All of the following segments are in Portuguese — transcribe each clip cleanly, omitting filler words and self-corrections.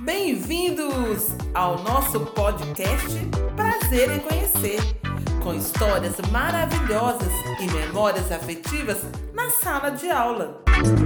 Bem-vindos ao nosso podcast Prazer em Conhecer, com histórias maravilhosas e memórias afetivas na sala de aula.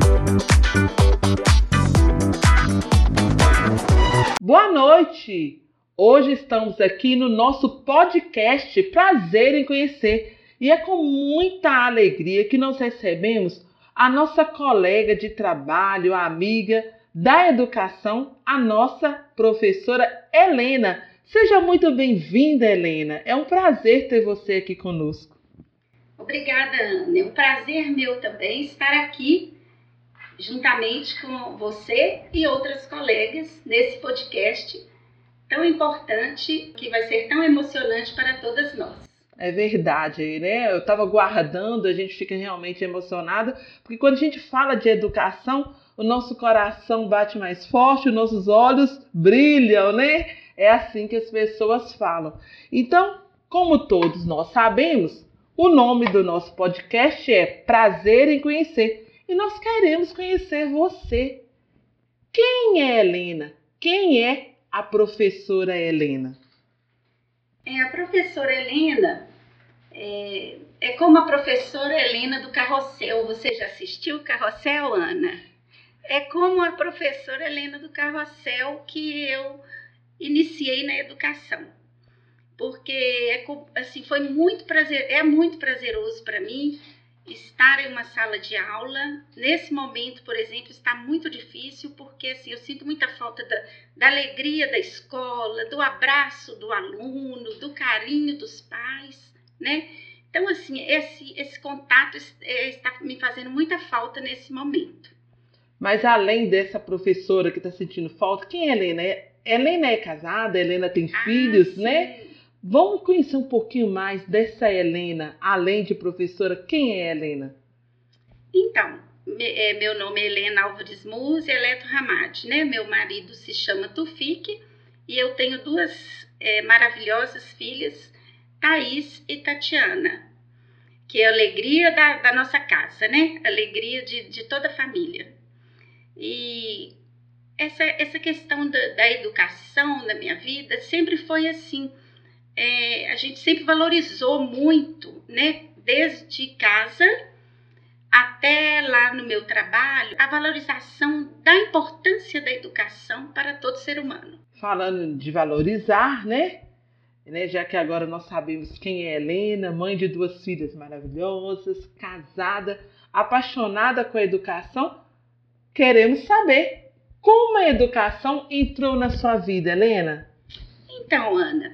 Boa noite! Hoje estamos aqui no nosso podcast Prazer em Conhecer e é com muita alegria que nós recebemos a nossa colega de trabalho, a amiga da educação, a nossa professora Helena. Seja muito bem-vinda, Helena. É um prazer ter você aqui conosco. Obrigada, Ana. É um prazer meu também estar aqui juntamente com você e outras colegas nesse podcast tão importante, que vai ser tão emocionante para todas nós. É verdade, né? Eu estava guardando, a gente fica realmente emocionada, porque quando a gente fala de educação, o nosso coração bate mais forte, os nossos olhos brilham, né? É assim que as pessoas falam. Então, como todos nós sabemos, o nome do nosso podcast é Prazer em Conhecer. E nós queremos conhecer você. Quem é Helena? Quem é a professora Helena? A professora Helena é como a professora Helena do Carrossel. Você já assistiu o Carrossel, Ana? É como a professora Helena do Carrossel que eu iniciei na educação. Porque assim, é muito prazeroso para mim estar em uma sala de aula. Nesse momento, por exemplo, está muito difícil, porque assim, eu sinto muita falta da alegria da escola, do abraço do aluno, do carinho dos pais, né? Então, assim, esse contato está me fazendo muita falta nesse momento. Mas além dessa professora que está sentindo falta, quem é Helena? Helena é casada, Helena tem filhos, sim. né? Vamos conhecer um pouquinho mais dessa Helena, além de professora. Quem é Helena? Então, meu nome é Helena Álvares Musi Eleto Ramad, né? Meu marido se chama Tufik e eu tenho duas maravilhosas filhas, Thaís e Tatiana, que é a alegria da nossa casa, né? Alegria de toda a família. E essa questão da educação na minha vida sempre foi assim. A gente sempre valorizou muito, né? Desde casa até lá no meu trabalho, a valorização da importância da educação para todo ser humano. Falando de valorizar, né? Já que agora nós sabemos quem é Helena, mãe de duas filhas maravilhosas, casada, apaixonada com a educação, queremos saber como a educação entrou na sua vida, Helena? Então, Ana,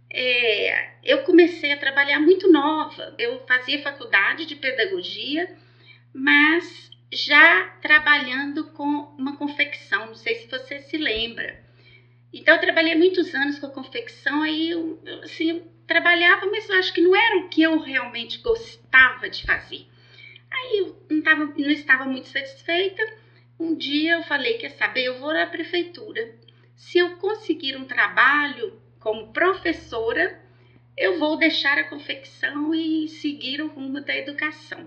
eu comecei a trabalhar muito nova. Eu fazia faculdade de pedagogia, mas já trabalhando com uma confecção, não sei se você se lembra. Então, eu trabalhei muitos anos com a confecção, aí eu trabalhava, mas eu acho que não era o que eu realmente gostava de fazer. Aí eu não estava muito satisfeita. Um dia eu falei, quer saber, eu vou na prefeitura. Se eu conseguir um trabalho como professora, eu vou deixar a confecção e seguir o rumo da educação.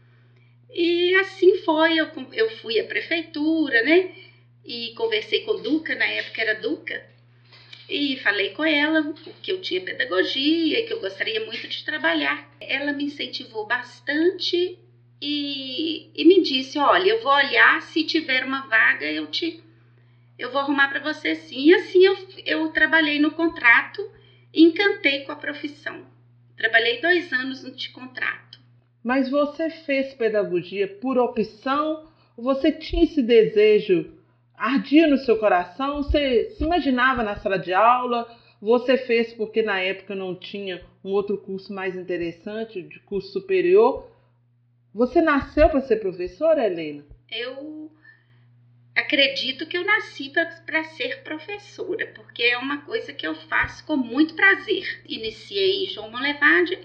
E assim foi, eu fui à prefeitura, né? E conversei com a Duca, na época era Duca, e falei com ela que eu tinha pedagogia e que eu gostaria muito de trabalhar. Ela me incentivou bastante e me disse, olha, eu vou olhar, se tiver uma vaga, eu vou arrumar para você sim. E assim eu trabalhei no contrato e encantei com a profissão. Trabalhei 2 anos de contrato. Mas você fez pedagogia por opção? Ou você tinha esse desejo, ardia no seu coração? Você se imaginava na sala de aula? Você fez porque na época não tinha um outro curso mais interessante, de curso superior? Você nasceu para ser professora, Helena? Eu acredito que eu nasci para ser professora, porque é uma coisa que eu faço com muito prazer. Iniciei em João Monlevade,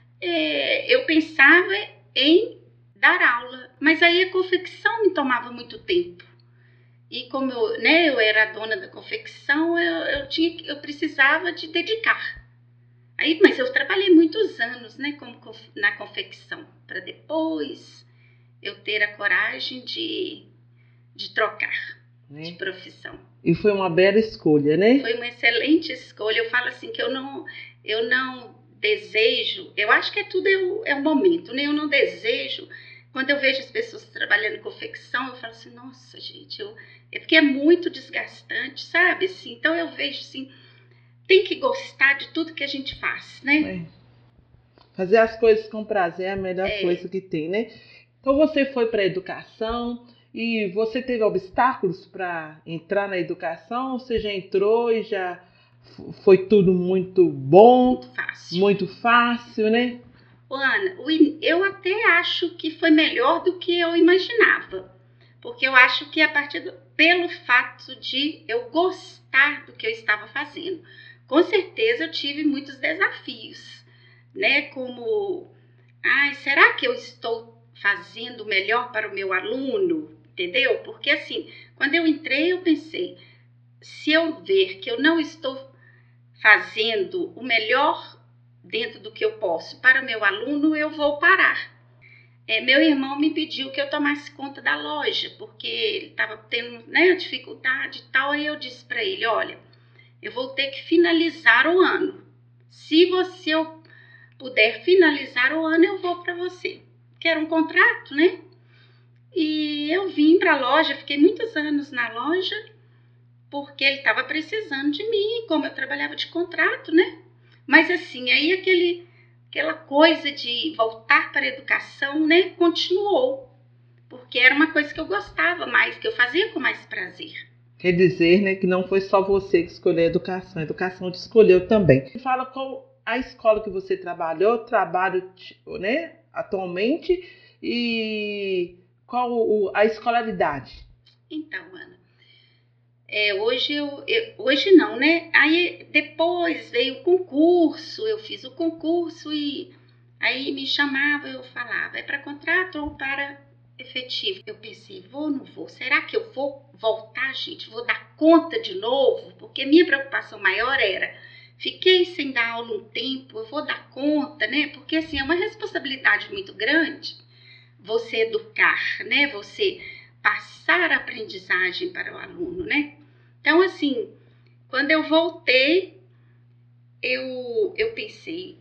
eu pensava em dar aula, mas aí a confecção me tomava muito tempo. E como eu era a dona da confecção, eu precisava de dedicar. Aí, mas eu trabalhei muitos anos, né, na confecção, para depois eu ter a coragem de trocar de profissão. E foi uma bela escolha, né? Foi uma excelente escolha. Eu falo assim que eu não desejo, eu acho que tudo é um momento, né? Eu não desejo, quando eu vejo as pessoas trabalhando em confecção, eu falo assim, nossa, gente, é porque é muito desgastante, sabe? Assim, então eu vejo assim, tem que gostar de tudo que a gente faz, né? Fazer as coisas com prazer é a melhor coisa que tem, né? Então você foi para a educação e você teve obstáculos para entrar na educação? Você já entrou e já foi tudo muito bom? Muito fácil. Muito fácil, né? Ana, eu até acho que foi melhor do que eu imaginava. Porque eu acho que pelo fato de eu gostar do que eu estava fazendo. Com certeza eu tive muitos desafios, né? Como, será que eu estou fazendo melhor para o meu aluno? Entendeu? Porque assim, quando eu entrei eu pensei, se eu ver que eu não estou fazendo o melhor dentro do que eu posso para o meu aluno, eu vou parar. Meu irmão me pediu que eu tomasse conta da loja, porque ele estava tendo, né, dificuldade e tal. Aí eu disse para ele, olha, eu vou ter que finalizar o ano. Se eu puder finalizar o ano, eu vou para você. Que era um contrato, né? E eu vim para a loja, fiquei muitos anos na loja, porque ele estava precisando de mim, como eu trabalhava de contrato, né? Mas assim, aí aquela coisa de voltar para a educação, né, continuou. Porque era uma coisa que eu gostava mais, que eu fazia com mais prazer. Quer dizer, né, que não foi só você que escolheu a educação te escolheu também. Fala qual a escola que você trabalha, né, atualmente, e qual a escolaridade? Então, Ana, hoje não, né? Aí depois veio o concurso, eu fiz o concurso e aí me chamava, eu falava, é para contrato ou para efetivo? Eu pensei, vou ou não vou? Será que eu vou voltar, gente? Vou dar conta de novo? Porque minha preocupação maior era, fiquei sem dar aula um tempo, eu vou dar conta, né? Porque assim, é uma responsabilidade muito grande você educar, né? Você passar a aprendizagem para o aluno, né? Então, assim, quando eu voltei, eu pensei,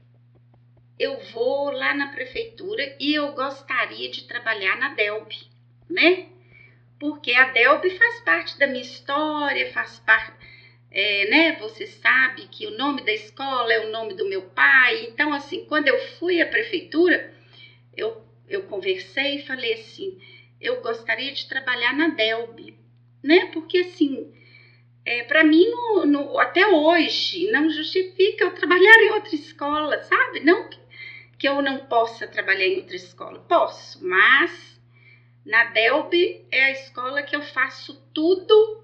eu vou lá na prefeitura e eu gostaria de trabalhar na DELB, né? Porque a DELB faz parte da minha história, faz parte, né? Você sabe que o nome da escola é o nome do meu pai. Então, assim, quando eu fui à prefeitura, eu conversei e falei assim, eu gostaria de trabalhar na DELB, né? Porque, assim, para mim, até hoje, não justifica eu trabalhar em outra escola, sabe? Não que eu não possa trabalhar em outra escola. Posso, mas na DELB é a escola que eu faço tudo,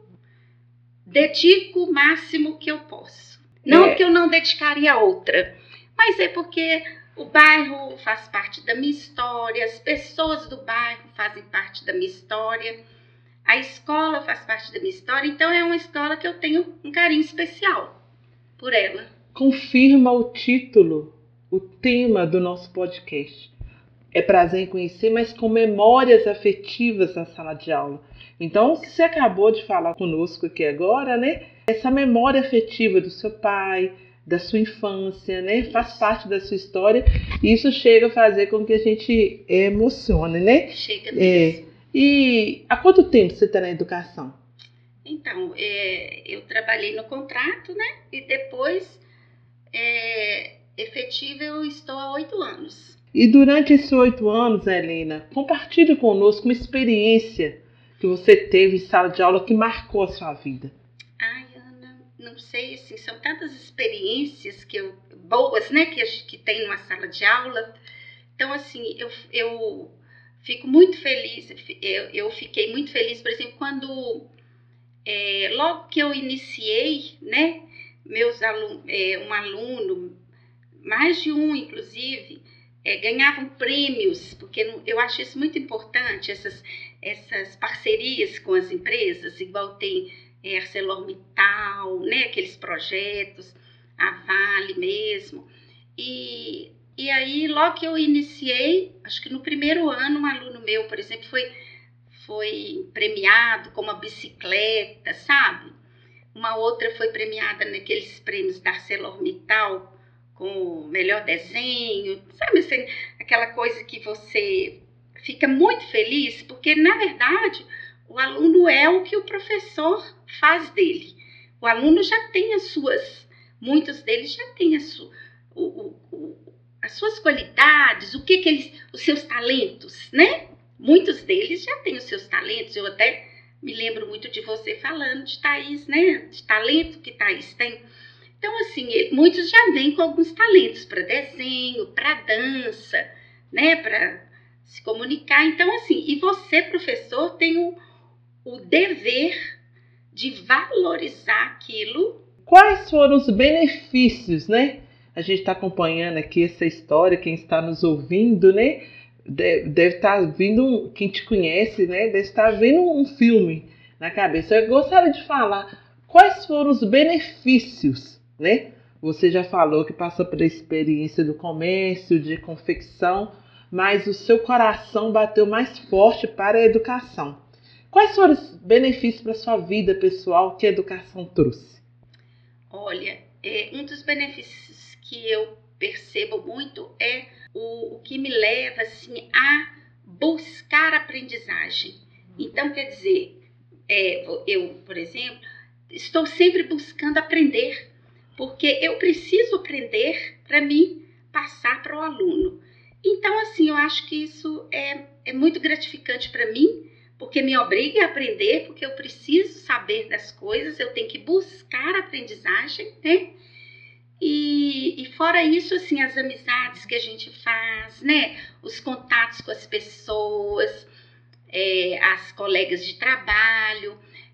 dedico o máximo que eu posso. Não que eu não dedicaria a outra, mas é porque o bairro faz parte da minha história, as pessoas do bairro fazem parte da minha história, a escola faz parte da minha história, então é uma escola que eu tenho um carinho especial por ela. Confirma o título, o tema do nosso podcast. É prazer em conhecer, mas com memórias afetivas na sala de aula. Então, o que você acabou de falar conosco aqui agora, né? Essa memória afetiva do seu pai, da sua infância, né? Faz parte da sua história. E isso chega a fazer com que a gente emocione, né? Chega mesmo. E há quanto tempo você está na educação? Então, eu trabalhei no contrato, né? E depois, efetivo, eu estou há 8 anos. E durante esses 8 anos, Helena, compartilhe conosco uma experiência que você teve em sala de aula que marcou a sua vida. Ai, Ana, não sei, assim, são tantas experiências boas, né, que tem numa sala de aula. Então, assim, eu fico muito feliz, eu fiquei muito feliz, por exemplo, quando, logo que eu iniciei, né, um aluno, mais de um, inclusive, ganhavam prêmios, porque eu acho isso muito importante, essas parcerias com as empresas, igual tem ArcelorMittal, né, aqueles projetos, a Vale mesmo. E aí, logo que eu iniciei, acho que no primeiro ano, um aluno meu, por exemplo, foi premiado com uma bicicleta, sabe? Uma outra foi premiada naqueles prêmios da ArcelorMittal com o melhor desenho, sabe assim, aquela coisa que você fica muito feliz, porque na verdade o aluno é o que o professor faz dele. O aluno já tem muitos deles já têm as suas qualidades, os seus talentos, né? Muitos deles já têm os seus talentos. Eu até me lembro muito de você falando de Thaís, né? De talento que Thaís tem. Então, assim, muitos já vêm com alguns talentos para desenho, para dança, né? Para se comunicar. Então, assim, e você, professor, tem o dever de valorizar aquilo. Quais foram os benefícios, né? A gente está acompanhando aqui essa história, quem está nos ouvindo, né? Deve estar vindo, quem te conhece, né? Deve estar vendo um filme na cabeça. Eu gostaria de falar quais foram os benefícios, né? Você já falou que passou pela experiência do comércio, de confecção, mas o seu coração bateu mais forte para a educação. Quais foram os benefícios para a sua vida pessoal que a educação trouxe? Olha, um dos benefícios que eu percebo muito é o que me leva assim, a buscar aprendizagem. Então, quer dizer, eu, por exemplo, estou sempre buscando aprender, porque eu preciso aprender para mim passar para o aluno. Então, assim, eu acho que isso é muito gratificante para mim, porque me obriga a aprender, porque eu preciso saber das coisas, eu tenho que buscar aprendizagem, né? E fora isso, assim, as amizades que a gente faz, né? Os contatos com as pessoas, as colegas de trabalho,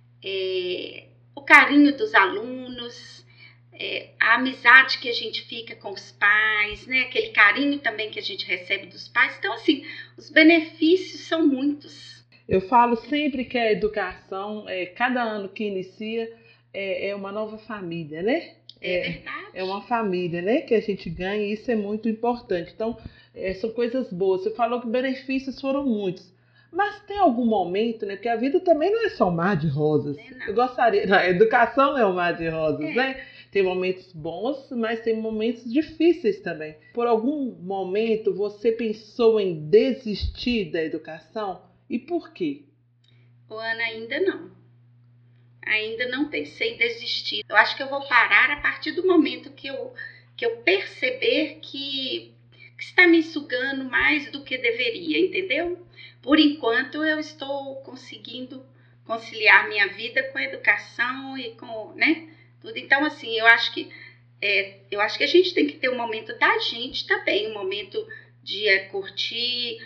o carinho dos alunos, a amizade que a gente fica com os pais, né? Aquele carinho também que a gente recebe dos pais. Então, assim, os benefícios são muitos. Eu falo sempre que a educação, cada ano que inicia, é uma nova família, né? É verdade. É uma família, né? Que a gente ganha e isso é muito importante. Então, são coisas boas. Você falou que benefícios foram muitos. Mas tem algum momento, né? Porque a vida também não é só um mar de rosas. Não. Eu gostaria... Não, a educação não é um mar de rosas, né? Tem momentos bons, mas tem momentos difíceis também. Por algum momento você pensou em desistir da educação? E por quê? Ana, ainda não. Ainda não pensei em desistir. Eu acho que eu vou parar a partir do momento que eu perceber que está me sugando mais do que deveria, entendeu? Por enquanto, eu estou conseguindo conciliar minha vida com a educação e com, né, tudo. Então, assim, eu acho que a gente tem que ter um momento da gente também, um momento de curtir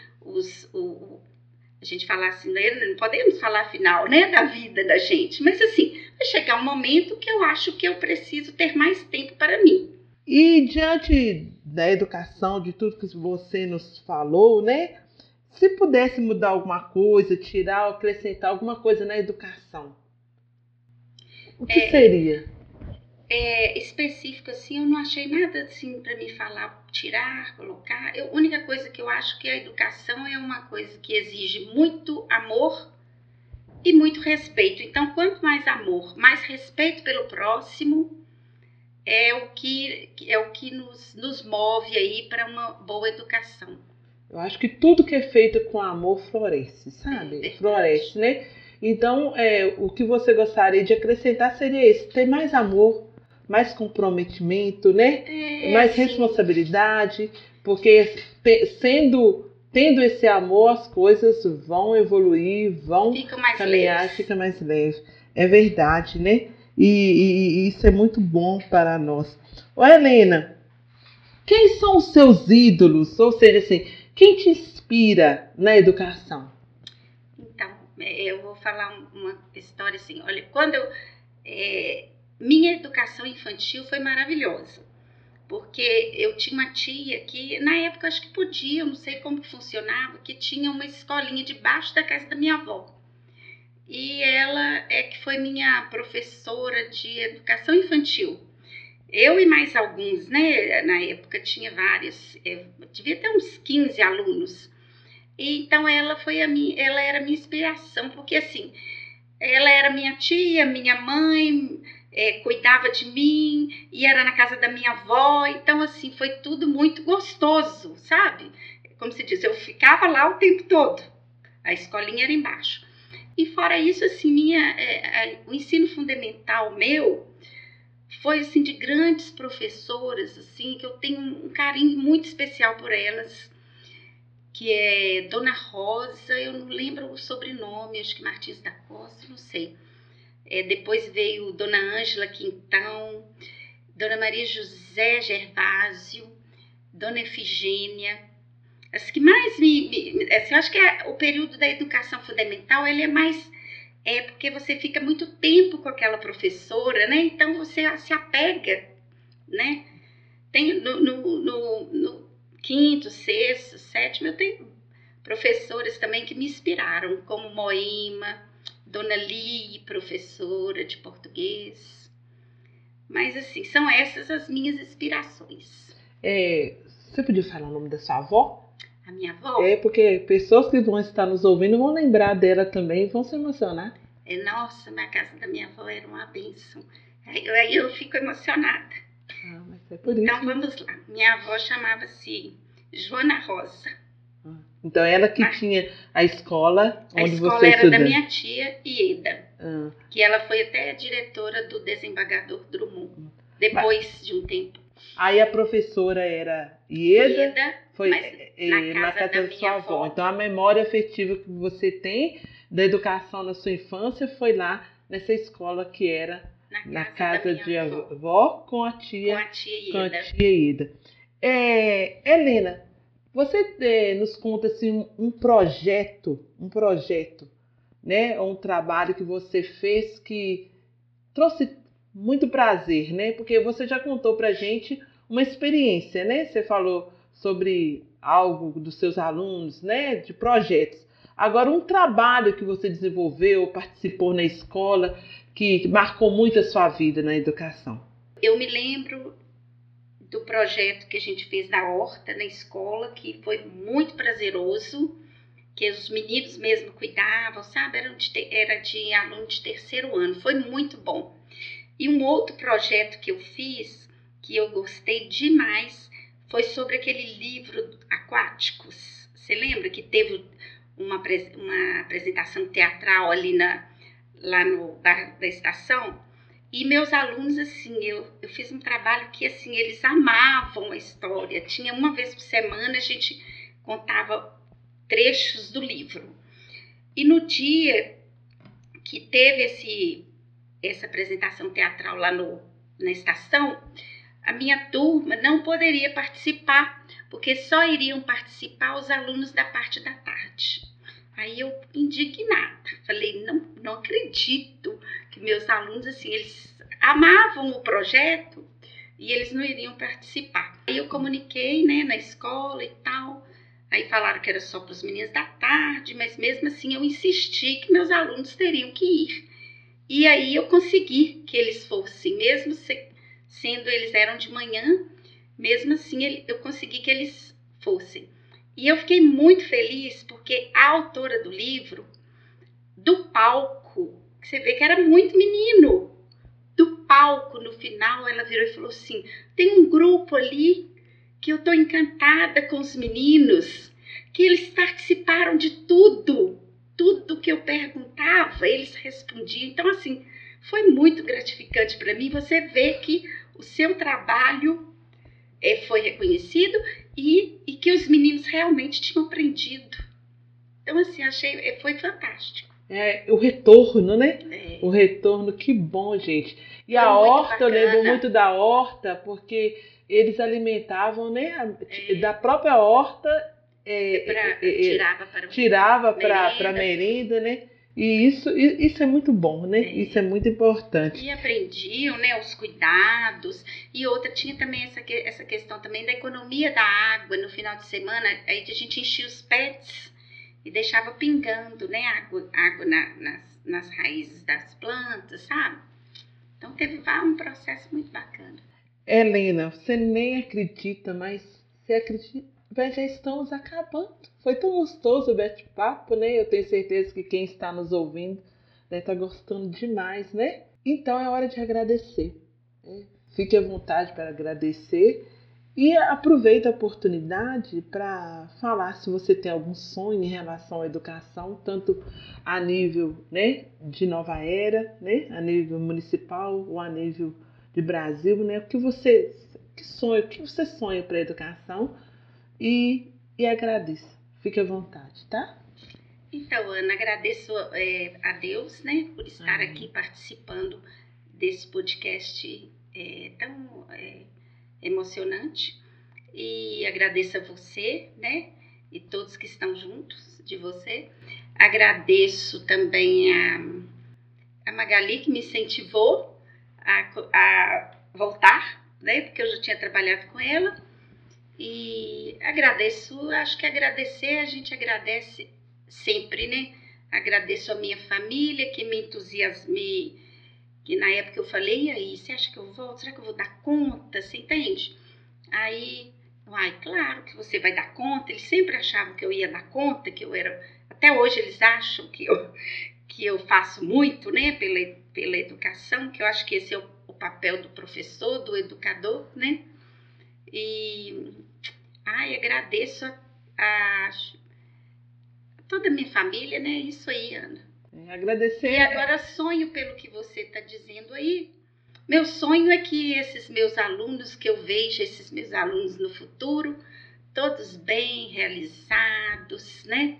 a gente falar assim, não podemos falar final, né, da vida da gente, mas assim, vai chegar um momento que eu acho que eu preciso ter mais tempo para mim. E diante da educação, de tudo que você nos falou, né, se pudesse mudar alguma coisa, tirar ou acrescentar alguma coisa na educação, o que seria? Específico assim, eu não achei nada assim para me falar, tirar, colocar. A única coisa que eu acho que a educação é uma coisa que exige muito amor e muito respeito. Então, quanto mais amor, mais respeito pelo próximo, é o que nos move aí para uma boa educação. Eu acho que tudo que é feito com amor floresce, sabe? Floresce, né? Então, o que você gostaria de acrescentar seria isso, ter mais amor, mais comprometimento, né? Mais responsabilidade, porque tendo esse amor, as coisas vão evoluir, vão caminhar, fica mais leve. É verdade, né? E isso é muito bom para nós. Ô, Helena, quem são os seus ídolos? Ou seja, assim, quem te inspira na educação? Então, eu vou falar uma história assim. Olha, quando minha educação infantil foi maravilhosa, porque eu tinha uma tia que, na época, acho que podia, eu não sei como funcionava, que tinha uma escolinha debaixo da casa da minha avó. E ela que foi minha professora de educação infantil. Eu e mais alguns, né? Na época tinha vários, devia ter uns 15 alunos. Então ela era a minha inspiração, porque assim, ela era minha tia, minha mãe, cuidava de mim, e era na casa da minha avó, então assim, foi tudo muito gostoso, sabe? Como se diz, eu ficava lá o tempo todo, a escolinha era embaixo. E fora isso, assim, o ensino fundamental meu foi assim de grandes professoras, assim, que eu tenho um carinho muito especial por elas, que é Dona Rosa, eu não lembro o sobrenome, acho que Martins da Costa, não sei. Depois veio Dona Ângela Quintão, Dona Maria José Gervásio, Dona Efigênia. As que mais assim, eu acho que o período da educação fundamental, ele é mais... porque você fica muito tempo com aquela professora, né? Então você se apega, né? Tem no quinto, sexto, sétimo, eu tenho professoras também que me inspiraram, como Moema, Dona Li, professora de português. Mas assim, são essas as minhas inspirações. Você podia falar o nome da sua avó? A minha avó? Porque pessoas que vão estar nos ouvindo vão lembrar dela também e vão se emocionar. Nossa, na casa da minha avó era uma bênção. Aí eu fico emocionada. Mas é por isso. Então vamos lá. Minha avó chamava-se Joana Rosa. Então ela que tinha a escola onde você estudou. A escola era da minha tia Ieda, que ela foi até diretora do desembargador Drummond, depois de um tempo. Aí a professora era Ieda, foi na casa da sua avó. Então a memória afetiva que você tem da educação na sua infância foi lá nessa escola que era na casa de avó com a tia Ieda. Helena, você nos conta assim, um projeto, né? Um trabalho que você fez que trouxe muito prazer, né? Porque você já contou pra gente uma experiência, né? Você falou sobre algo dos seus alunos, né? De projetos. Agora, um trabalho que você desenvolveu, participou na escola, que marcou muito a sua vida na educação. Eu me lembro do projeto que a gente fez na horta, na escola, que foi muito prazeroso, que os meninos mesmo cuidavam, sabe? Era de aluno de terceiro ano, foi muito bom. E um outro projeto que eu fiz, que eu gostei demais, foi sobre aquele livro Aquáticos. Você lembra que teve uma apresentação teatral ali lá no bar da estação? E meus alunos, assim, eu fiz um trabalho que, assim, eles amavam a história. Tinha uma vez por semana, a gente contava trechos do livro. E no dia que teve essa apresentação teatral lá na estação, a minha turma não poderia participar, porque só iriam participar os alunos da parte da tarde. Aí eu, indignada, falei, não acredito que meus alunos, assim, eles amavam o projeto e eles não iriam participar. Aí eu comuniquei, né, na escola e tal, aí falaram que era só para os meninos da tarde, mas mesmo assim eu insisti que meus alunos teriam que ir. E aí eu consegui que eles fossem, mesmo sendo eles eram de manhã, mesmo assim eu consegui que eles fossem. E eu fiquei muito feliz porque a autora do livro, do palco, você vê que era muito menino, do palco, no final, ela virou e falou assim, tem um grupo ali que eu estou encantada com os meninos, que eles participaram de tudo que eu perguntava, eles respondiam. Então, assim, foi muito gratificante para mim você ver que o seu trabalho foi reconhecido e que os meninos realmente tinham aprendido. Então, assim, foi fantástico. O retorno, né? O retorno, que bom, gente. E a horta, eu lembro muito da horta, porque eles alimentavam, né? Da própria horta, tirava para merenda, né? E isso é muito bom, né? Isso é muito importante. E aprendiam, né, os cuidados. E outra, tinha também essa questão também da economia da água no final de semana. Aí a gente enchia os pets e deixava pingando, né, água nas raízes das plantas, sabe? Então teve um processo muito bacana. Helena, você nem acredita, mas você Mas já estamos acabando. Foi tão gostoso o bate-papo, né? Eu tenho certeza que quem está nos ouvindo deve estar gostando demais, né? Então é hora de agradecer, né? Fique à vontade para agradecer e aproveite a oportunidade para falar se você tem algum sonho em relação à educação, tanto a nível, né, de Nova Era, né, a nível municipal ou a nível de Brasil, né? O que você sonha para a educação e agradeça. Fique à vontade, tá? Então, Ana, agradeço a Deus, né, por estar aqui participando desse podcast tão emocionante. E agradeço a você, né, e todos que estão juntos de você. Agradeço também a Magali, que me incentivou a voltar, né, porque eu já tinha trabalhado com ela. E agradeço, acho que agradecer, a gente agradece sempre, né? Agradeço a minha família que me entusiasmei, que na época eu falei, e aí, você acha que eu volto? Será que eu vou dar conta? Você entende? Aí, claro que você vai dar conta. Eles sempre achavam que eu ia dar conta, que eu era... Até hoje eles acham que eu faço muito, né? Pela educação, que eu acho que esse é o papel do professor, do educador, né? E agradeço a toda a minha família, né? Isso aí, Ana. Agradecer. E agora sonho pelo que você está dizendo aí. Meu sonho é que esses meus alunos, que eu veja esses meus alunos no futuro, todos bem realizados, né?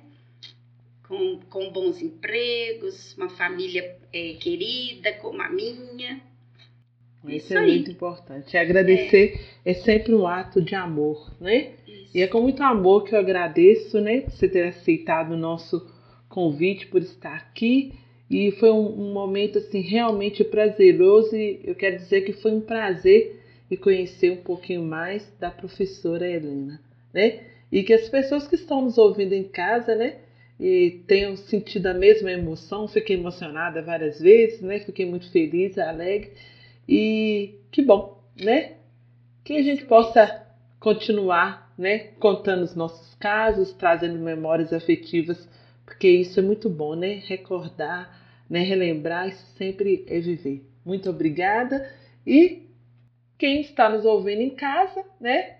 Com bons empregos, uma família querida como a minha. Isso é muito importante. Agradecer é sempre um ato de amor, né? Isso. E é com muito amor que eu agradeço, né, por você ter aceitado o nosso convite, por estar aqui. E foi um momento assim realmente prazeroso, e eu quero dizer que foi um prazer e conhecer um pouquinho mais da professora Helena, né? E que as pessoas que estão nos ouvindo em casa, né, e tenham sentido a mesma emoção. Fiquei emocionada várias vezes, né? Fiquei muito feliz, alegre. E que bom, né? Que a gente possa continuar, né, contando os nossos casos, trazendo memórias afetivas, porque isso é muito bom, né? Recordar, né, relembrar, isso sempre é viver. Muito obrigada. E quem está nos ouvindo em casa, né,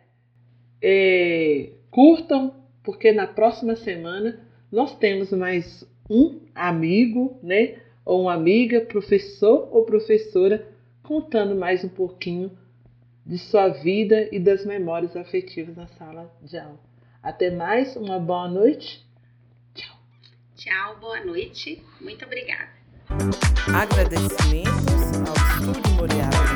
curtam, porque na próxima semana nós temos mais um amigo, né, ou uma amiga, professor ou professora, contando mais um pouquinho de sua vida e das memórias afetivas na sala de aula. Até mais, uma boa noite. Tchau. Tchau, boa noite. Muito obrigada. Agradecimentos ao Estúdio Moriá